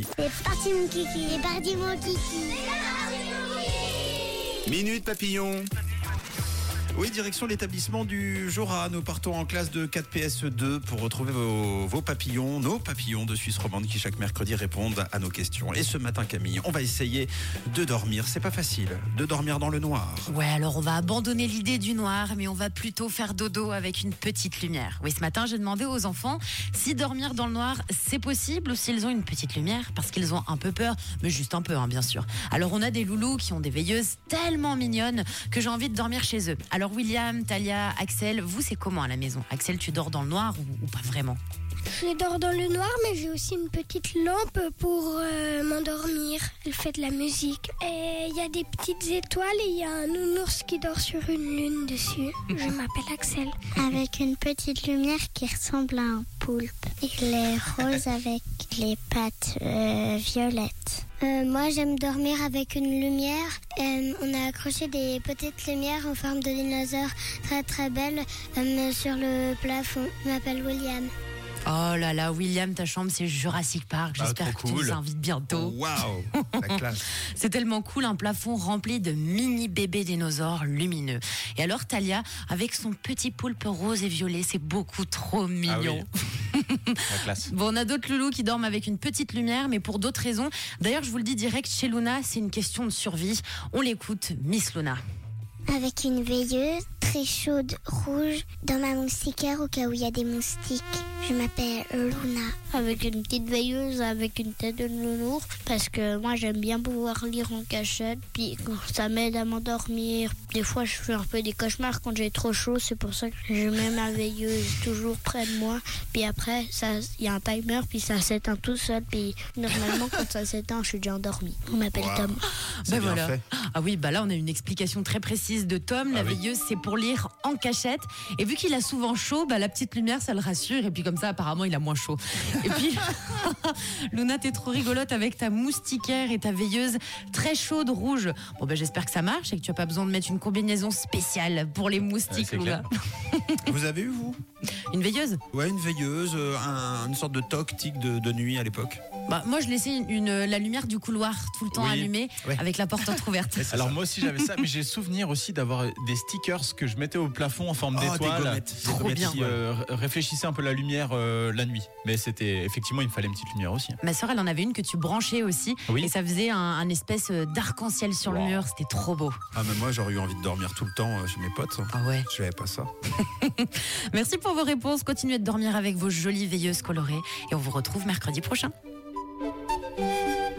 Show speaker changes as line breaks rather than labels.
mercredi.
C'est parti mon kiki, c'est parti mon kiki.
Minute Papillon. Oui, direction l'établissement du Jura. Nous partons en classe de 4 PS2 pour retrouver vos papillons, nos papillons de Suisse romande qui chaque mercredi répondent à nos questions. Et ce matin, Camille, on va essayer de dormir. C'est pas facile de dormir dans le noir.
Ouais, alors on va abandonner l'idée du noir, mais on va plutôt faire dodo avec une petite lumière. Oui, ce matin, j'ai demandé aux enfants si dormir dans le noir, c'est possible ou s'ils ont une petite lumière, parce qu'ils ont un peu peur, mais juste un peu, bien sûr. Alors on a des loulous qui ont des veilleuses tellement mignonnes que j'ai envie de dormir chez eux. Alors William, Talia, Axel, vous c'est comment à la maison? Axel, tu dors dans le noir ou pas vraiment?
Je dors dans le noir, mais j'ai aussi une petite lampe pour m'endormir. Elle fait de la musique. Et il y a des petites étoiles et il y a un nounours qui dort sur une lune dessus. Je m'appelle Axel.
Avec une petite lumière qui ressemble à un poulpe. Il est rose avec les pattes violettes.
Moi, j'aime dormir avec une lumière. On a accroché des petites lumières en forme de dinosaure très très belles sur le plafond. Je m'appelle William.
Oh là là, William, ta chambre c'est Jurassic Park. J'espère
trop
que tu
cool.
nous invites bientôt.
Waouh, la classe.
C'est tellement cool, un plafond rempli de mini bébés dinosaures lumineux. Et alors Talia, avec son petit poulpe rose et violet, c'est beaucoup trop mignon.
La classe.
Bon, on a d'autres loulous qui dorment avec une petite lumière, mais pour d'autres raisons. D'ailleurs, je vous le dis direct, chez Luna, c'est une question de survie. On l'écoute, Miss Luna.
Avec une veilleuse très chaude rouge dans ma moustiquaire au cas où il y a des moustiques. Je m'appelle Luna.
Avec une petite veilleuse avec une tête de nounours parce que moi j'aime bien pouvoir lire en cachette, puis ça m'aide à m'endormir. Des fois je fais un peu des cauchemars quand j'ai trop chaud, c'est pour ça que je mets ma veilleuse toujours près de moi, puis après il y a un timer, puis ça s'éteint tout seul, puis normalement quand ça s'éteint je suis déjà endormie. On m'appelle Tom.
C'est bien
voilà.
fait.
Ah oui, bah là on a une explication très précise de Tom. La veilleuse c'est pour lire en cachette. Et vu qu'il a souvent chaud, bah la petite lumière ça le rassure. Et puis comme ça apparemment il a moins chaud. Et puis Luna, t'es trop rigolote avec ta moustiquaire et ta veilleuse très chaude rouge. Bon bah j'espère que ça marche et que tu as pas besoin de mettre une combinaison spéciale pour les moustiques,
c'est
Luna.
Vous avez eu, vous?
Une veilleuse?
Ouais, une veilleuse, une sorte de toc-tic de nuit à l'époque.
Bah moi je laissais la lumière du couloir tout le temps allumée avec la porte entrouverte.
Alors moi aussi j'avais ça, mais j'ai souvenir aussi d'avoir des stickers que je mettais au plafond en forme d'étoile.
Des gommettes.
Trop bien.
Qui réfléchissaient un peu la lumière la nuit. Mais c'était effectivement, il me fallait une petite lumière aussi.
Ma soeur elle en avait une que tu branchais aussi et ça faisait un espèce d'arc-en-ciel sur le mur, c'était trop beau.
Ah mais moi j'aurais eu envie de dormir tout le temps chez mes potes.
Ah ouais.
Je n'avais pas ça.
Merci pour vos réponses, continuez de dormir avec vos jolies veilleuses colorées et on vous retrouve mercredi prochain.